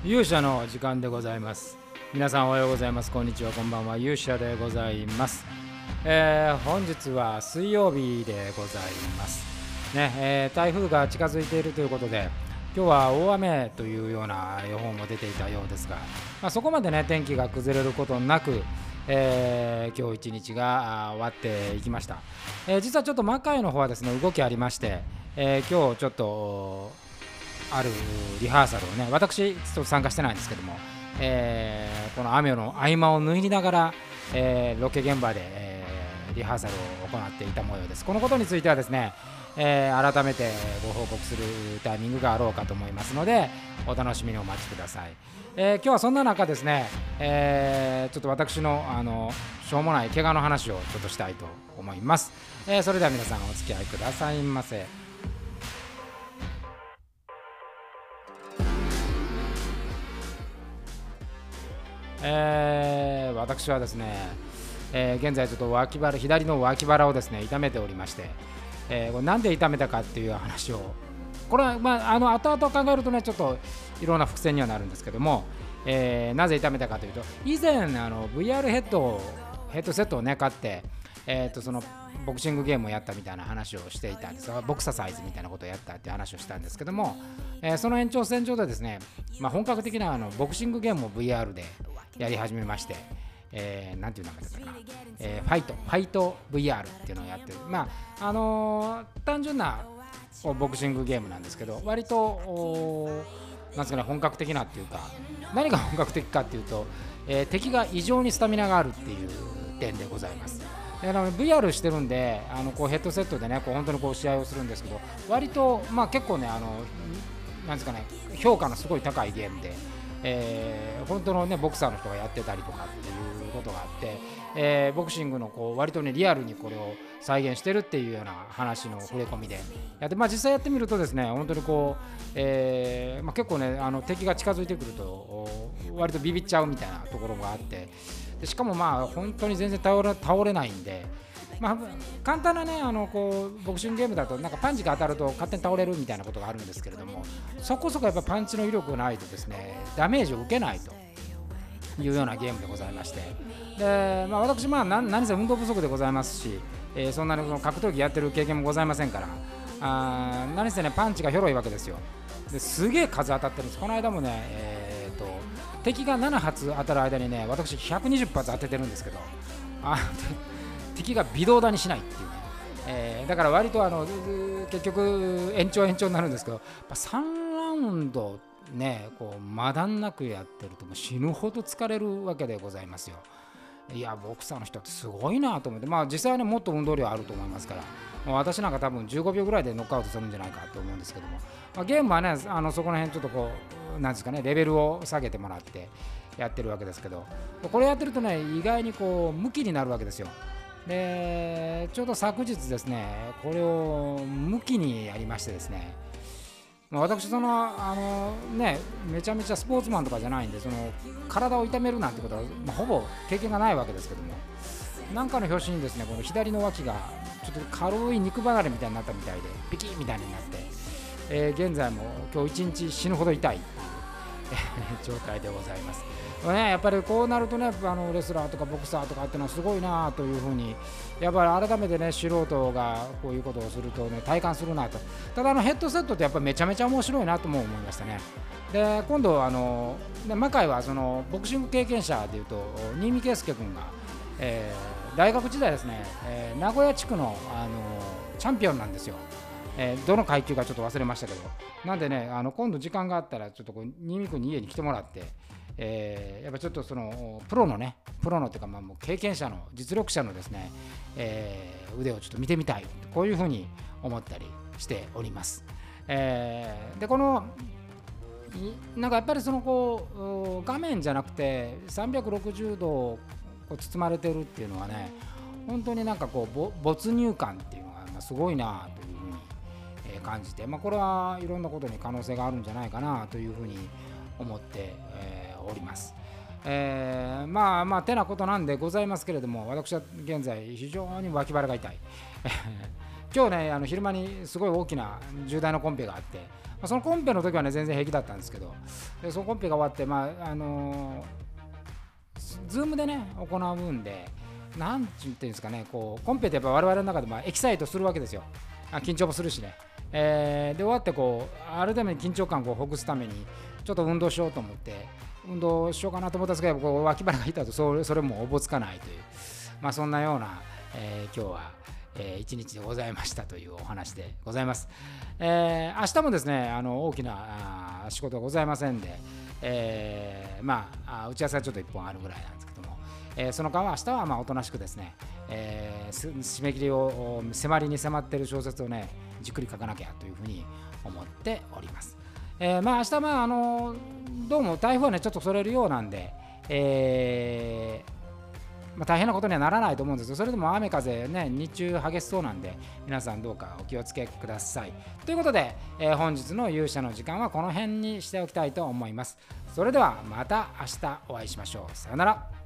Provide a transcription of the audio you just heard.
勇者の時間でございます。皆さんおはようございます。こんにちは、こんばんは。勇者でございます。本日は水曜日でございますね。台風が近づいているということで、今日は大雨というような予報も出ていたようですが、そこまでね天気が崩れることなく、今日一日が終わっていきました。実はちょっと魔界の方はですね動きありまして、今日ちょっとあるリハーサルをね、私ちょっと参加してないんですけども、この雨の合間を縫いながら、ロケ現場で、リハーサルを行っていた模様です。このことについてはですね、改めてご報告するタイミングがあろうかと思いますので、お楽しみにお待ちください。今日はそんな中ですね、ちょっと私のしょうもない怪我の話をちょっとしたいと思います。それでは皆さんお付き合いくださいませ。私はですね、現在ちょっと左の脇腹をですね痛めておりまして、これなんで痛めたかっていう話を、これは後々考えるとねちょっといろんな伏線にはなるんですけども、なぜ痛めたかというと、以前VR ヘッドセットをね買って、そのボクシングゲームをやったみたいな話をしていたんですが、ボクササイズみたいなことをやったっていう話をしたんですけども、その延長線上でですね、本格的なボクシングゲームを VR でやり始めまして、なんていう名前だったかな、ファイト VR っていうのをやってる、単純なボクシングゲームなんですけど、割となんですかね、本格的なっていうか、何が本格的かっていうと、敵が異常にスタミナがあるっていう点でございます。VR してるんで、こうヘッドセットでねこう本当にこう試合をするんですけど、割と結構ねなんですかね、評価のすごい高いゲームで、本当のねボクサーの人がやってたりとかっていうことがあって、ボクシングのこう割とねリアルにこれを再現してるっていうような話の触れ込みでやって、実際やってみるとですね、本当にこう、結構ね敵が近づいてくると割とビビっちゃうみたいなところがあって、でしかも本当に全然倒れないんで、簡単なねこうボクシングゲームだとなんかパンチが当たると勝手に倒れるみたいなことがあるんですけれども、そこそこやっぱパンチの威力がないとですねダメージを受けないというようなゲームでございまして、で、私何せ運動不足でございますし、そんなにその格闘技やってる経験もございませんから、何せねパンチがひょろいわけですよ。ですげえ数当たってるんです。この間もね、敵が7発当たる間にね私120発当ててるんですけど、敵が微動だにしないっていうね、だから割と結局延長になるんですけど、3ラウンドねこうまだんなくやってるともう死ぬほど疲れるわけでございますよ。いやボクサーの人ってすごいなと思って、実際はねもっと運動量あると思いますから、私なんか多分15秒ぐらいでノックアウトするんじゃないかと思うんですけども、ゲームはねそこら辺ちょっとこうなんですかね、レベルを下げてもらってやってるわけですけど、これやってるとね意外にこうムキになるわけですよ。でちょうど昨日ですねこれをムキにやりましてですね、私めちゃめちゃスポーツマンとかじゃないんで、その体を痛めるなんてことは、ほぼ経験がないわけですけども、なんかの拍子にですねこの左の脇がちょっと軽い肉離れみたいになったみたいでピキッみたいになって、現在も今日一日死ぬほど痛い状態でございます。やっぱりこうなるとねレスラーとかボクサーとかってのはすごいなというふうにやっぱり改めてね素人がこういうことをするとね体感するなと。ただヘッドセットってやっぱりめちゃめちゃ面白いなとも思いましたね。で今度魔界はそのボクシング経験者でいうと新見圭介君が、大学時代ですね、名古屋地区の、チャンピオンなんですよ。どの階級かちょっと忘れましたけど、なんでね今度時間があったらちょっと新見君に家に来てもらって、やっぱちょっとそのプロのっていうかもう経験者の実力者のですね、腕をちょっと見てみたい、こういうふうに思ったりしております。でこのなんかやっぱりそのこう画面じゃなくて360度こう包まれてるっていうのはね、本当になんかこう没入感っていうのがすごいなというふうに感じて、これはいろんなことに可能性があるんじゃないかなというふうに思って、おります。てなことなんでございますけれども、私は現在非常に脇腹が痛い今日ね昼間にすごい大きな重大なコンペがあって、そのコンペの時はね全然平気だったんですけど、でそのコンペが終わって、ズームでね行うんで、なんていうんですかね、こうコンペってやっぱ我々の中でエキサイトするわけですよ。緊張もするしね、で終わってこうあるために緊張感をほぐすためにちょっと運動しようと思って運動しようかなと思ったんですけど、こう脇腹が痛いとそれもおぼつかないという、そんなような、今日は一日でございましたというお話でございます。明日もですね大きな仕事はございませんで、打ち合わせはちょっと1本あるぐらいなんですけども、その間は明日はおとなしくですね、締め切りを迫りに迫っている小説をねじっくり書かなきゃというふうに思っております。明日どうも台風はねちょっとそれるようなんで、大変なことにはならないと思うんですけど、それでも雨風ね日中激しそうなんで、皆さんどうかお気をつけくださいということで、本日の勇者の時間はこの辺にしておきたいと思います。それではまた明日お会いしましょう。さよなら。